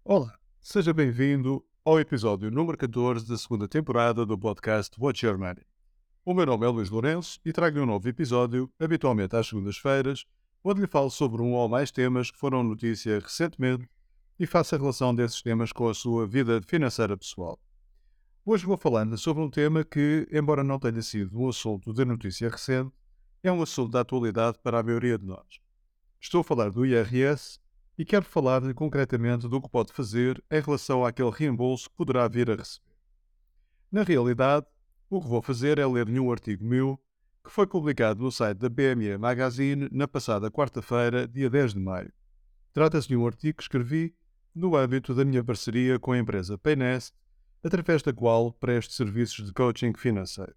Olá, seja bem-vindo ao episódio número 14 da segunda temporada do podcast Watch Your Money. O meu nome é Luís Lourenço e trago-lhe um novo episódio, habitualmente às segundas-feiras, onde lhe falo sobre um ou mais temas que foram notícia recentemente e faço a relação desses temas com a sua vida financeira pessoal. Hoje vou falando sobre um tema que, embora não tenha sido um assunto de notícia recente, é um assunto da atualidade para a maioria de nós. Estou a falar do IRS e quero falar-lhe concretamente do que pode fazer em relação àquele reembolso que poderá vir a receber. Na realidade, o que vou fazer é ler-lhe um artigo meu que foi publicado no site da BME Magazine na passada quarta-feira, dia 10 de maio. Trata-se de um artigo que escrevi no âmbito da minha parceria com a empresa Paynest, através da qual presto serviços de coaching financeiro.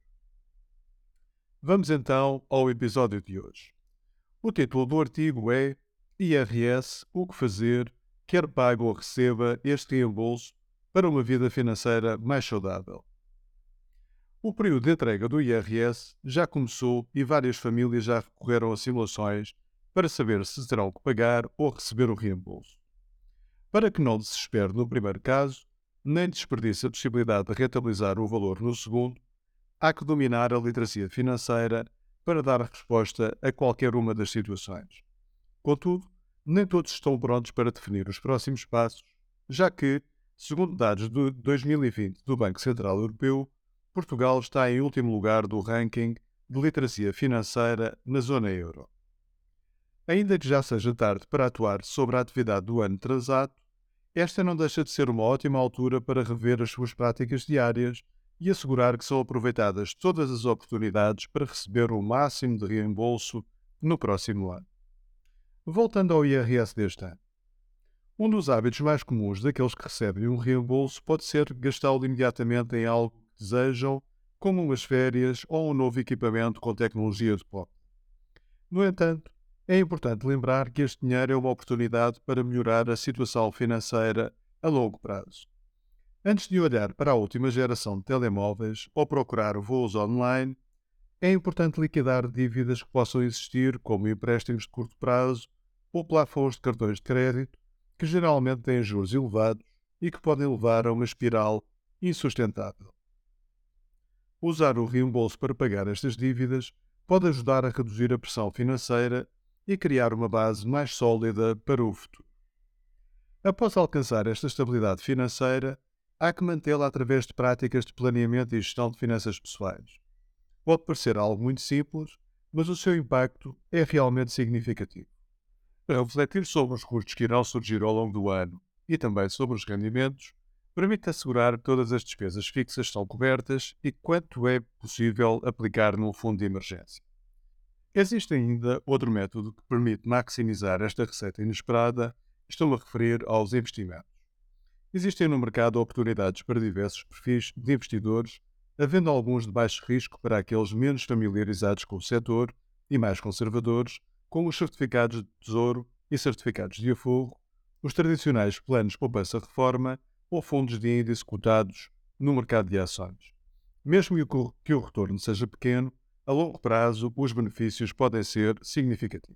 Vamos então ao episódio de hoje. O título do artigo é IRS, o que fazer, quer pague ou receba este reembolso para uma vida financeira mais saudável. O período de entrega do IRS já começou e várias famílias já recorreram a simulações para saber se terão que pagar ou receber o reembolso. Para que não desespere no primeiro caso, nem desperdice a possibilidade de rentabilizar o valor no segundo, há que dominar a literacia financeira para dar resposta a qualquer uma das situações. Contudo, nem todos estão prontos para definir os próximos passos, já que, segundo dados de 2020 do Banco Central Europeu, Portugal está em último lugar do ranking de literacia financeira na zona euro. Ainda que já seja tarde para atuar sobre a atividade do ano transato, esta não deixa de ser uma ótima altura para rever as suas práticas diárias e assegurar que são aproveitadas todas as oportunidades para receber o máximo de reembolso no próximo ano. Voltando ao IRS deste ano. Um dos hábitos mais comuns daqueles que recebem um reembolso pode ser gastá-lo imediatamente em algo que desejam, como umas férias ou um novo equipamento com tecnologia de ponta. No entanto, é importante lembrar que este dinheiro é uma oportunidade para melhorar a situação financeira a longo prazo. Antes de olhar para a última geração de telemóveis ou procurar voos online, é importante liquidar dívidas que possam existir, como empréstimos de curto prazo ou plafons de cartões de crédito, que geralmente têm juros elevados e que podem levar a uma espiral insustentável. Usar o reembolso para pagar estas dívidas pode ajudar a reduzir a pressão financeira e criar uma base mais sólida para o futuro. Após alcançar esta estabilidade financeira, há que mantê-la através de práticas de planeamento e gestão de finanças pessoais. Pode parecer algo muito simples, mas o seu impacto é realmente significativo. Para refletir sobre os custos que irão surgir ao longo do ano e também sobre os rendimentos, permite assegurar que todas as despesas fixas são cobertas e quanto é possível aplicar num fundo de emergência. Existe ainda outro método que permite maximizar esta receita inesperada, estou-me a referir aos investimentos. Existem no mercado oportunidades para diversos perfis de investidores, havendo alguns de baixo risco para aqueles menos familiarizados com o setor e mais conservadores, como os certificados de tesouro e certificados de aforro, os tradicionais planos de poupança-reforma ou fundos de índice cotados no mercado de ações. Mesmo que o retorno seja pequeno, a longo prazo os benefícios podem ser significativos.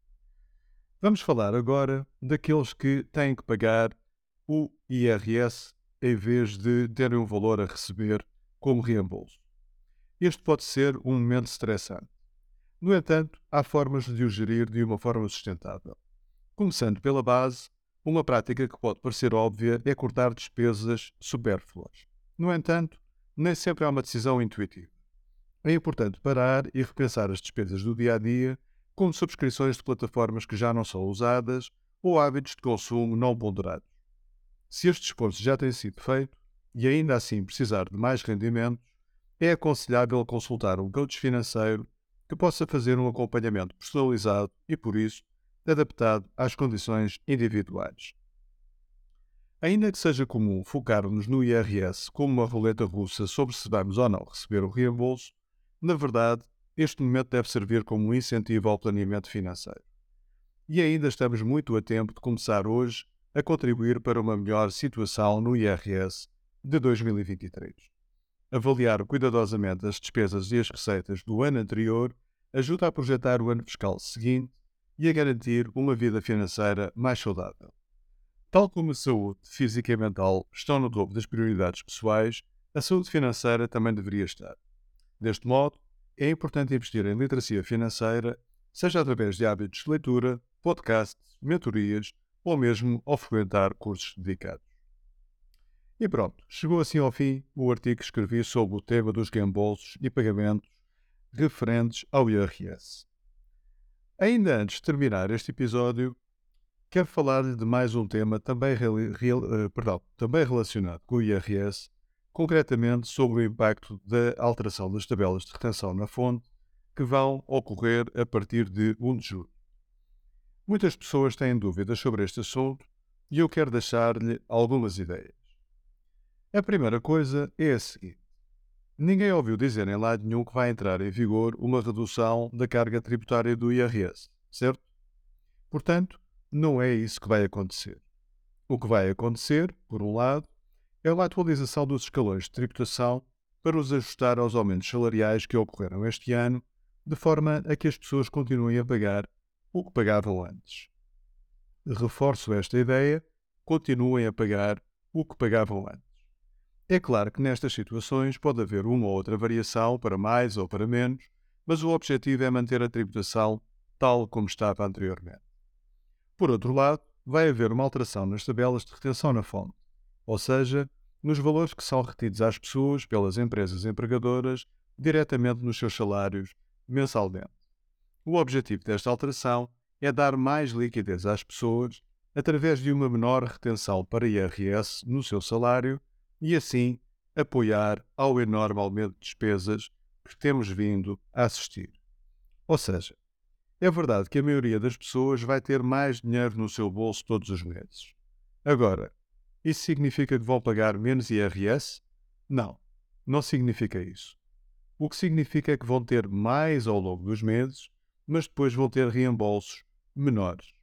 Vamos falar agora daqueles que têm que pagar o IRS em vez de terem um valor a receber como reembolso. Este pode ser um momento estressante. No entanto, há formas de o gerir de uma forma sustentável. Começando pela base, uma prática que pode parecer óbvia é cortar despesas supérfluas. No entanto, nem sempre é uma decisão intuitiva. É importante parar e repensar as despesas do dia-a-dia, como subscrições de plataformas que já não são usadas ou hábitos de consumo não ponderados. Se este esforço já tem sido feito e ainda assim precisar de mais rendimentos, é aconselhável consultar um coach financeiro que possa fazer um acompanhamento personalizado e, por isso, adaptado às condições individuais. Ainda que seja comum focar-nos no IRS como uma roleta russa sobre se vamos ou não receber o reembolso, na verdade, este momento deve servir como um incentivo ao planeamento financeiro. E ainda estamos muito a tempo de começar hoje a contribuir para uma melhor situação no IRS de 2023. Avaliar cuidadosamente as despesas e as receitas do ano anterior ajuda a projetar o ano fiscal seguinte e a garantir uma vida financeira mais saudável. Tal como a saúde física e mental estão no topo das prioridades pessoais, a saúde financeira também deveria estar. Deste modo, é importante investir em literacia financeira, seja através de hábitos de leitura, podcasts, mentorias ou mesmo ao frequentar cursos dedicados. E pronto, chegou assim ao fim o artigo que escrevi sobre o tema dos reembolsos e pagamentos referentes ao IRS. Ainda antes de terminar este episódio, quero falar-lhe de mais um tema também relacionado com o IRS, concretamente sobre o impacto da alteração das tabelas de retenção na fonte que vão ocorrer a partir de 1 de julho. Muitas pessoas têm dúvidas sobre este assunto e eu quero deixar-lhe algumas ideias. A primeira coisa é a seguinte: ninguém ouviu dizer em lado nenhum que vai entrar em vigor uma redução da carga tributária do IRS, certo? Portanto, não é isso que vai acontecer. O que vai acontecer, por um lado, é uma atualização dos escalões de tributação para os ajustar aos aumentos salariais que ocorreram este ano, de forma a que as pessoas continuem a pagar o que pagavam antes. Reforço esta ideia: continuem a pagar o que pagavam antes. É claro que nestas situações pode haver uma ou outra variação para mais ou para menos, mas o objetivo é manter a tributação tal como estava anteriormente. Por outro lado, vai haver uma alteração nas tabelas de retenção na fonte, ou seja, nos valores que são retidos às pessoas pelas empresas empregadoras diretamente nos seus salários mensalmente. O objetivo desta alteração é dar mais liquidez às pessoas através de uma menor retenção para IRS no seu salário e, assim, apoiar ao enorme aumento de despesas que temos vindo a assistir. Ou seja, é verdade que a maioria das pessoas vai ter mais dinheiro no seu bolso todos os meses. Agora, isso significa que vão pagar menos IRS? Não, não significa isso. O que significa é que vão ter mais ao longo dos meses, mas depois vão ter reembolsos menores.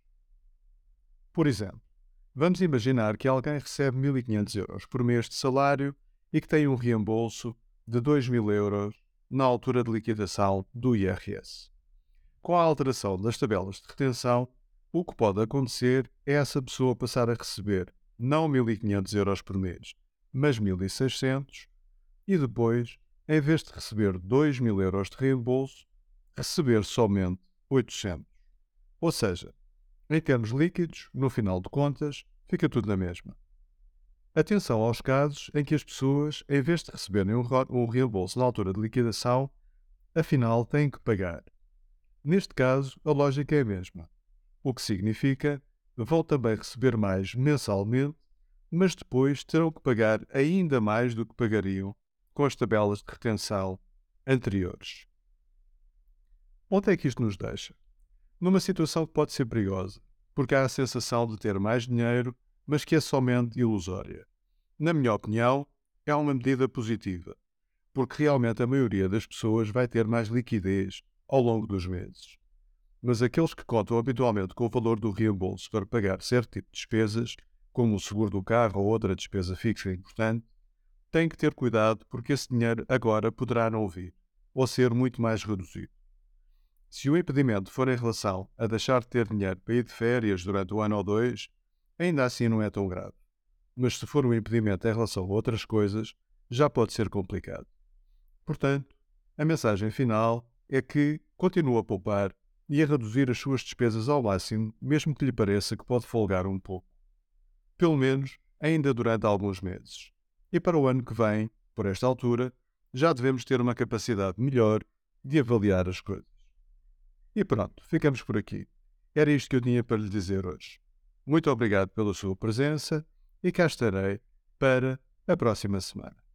Por exemplo, vamos imaginar que alguém recebe 1.500 euros por mês de salário e que tem um reembolso de 2.000 euros na altura de liquidação do IRS. Com a alteração das tabelas de retenção, o que pode acontecer é essa pessoa passar a receber não 1.500 euros por mês, mas 1.600 e depois, em vez de receber 2.000 euros de reembolso, receber somente 800. Ou seja, em termos líquidos, no final de contas, fica tudo na mesma. Atenção aos casos em que as pessoas, em vez de receberem um reembolso na altura de liquidação, afinal têm que pagar. Neste caso, a lógica é a mesma, o que significa que vão também receber mais mensalmente, mas depois terão que pagar ainda mais do que pagariam com as tabelas de retenção anteriores. Onde é que isto nos deixa? Numa situação que pode ser perigosa, porque há a sensação de ter mais dinheiro, mas que é somente ilusória. Na minha opinião, é uma medida positiva, porque realmente a maioria das pessoas vai ter mais liquidez ao longo dos meses. Mas aqueles que contam habitualmente com o valor do reembolso para pagar certo tipo de despesas, como o seguro do carro ou outra despesa fixa importante, têm que ter cuidado porque esse dinheiro agora poderá não vir, ou ser muito mais reduzido. Se o impedimento for em relação a deixar de ter dinheiro para ir de férias durante um ano ou dois, ainda assim não é tão grave. Mas se for um impedimento em relação a outras coisas, já pode ser complicado. Portanto, a mensagem final é que continue a poupar e a reduzir as suas despesas ao máximo, mesmo que lhe pareça que pode folgar um pouco. Pelo menos ainda durante alguns meses. E para o ano que vem, por esta altura, já devemos ter uma capacidade melhor de avaliar as coisas. E pronto, ficamos por aqui. Era isto que eu tinha para lhe dizer hoje. Muito obrigado pela sua presença e cá estarei para a próxima semana.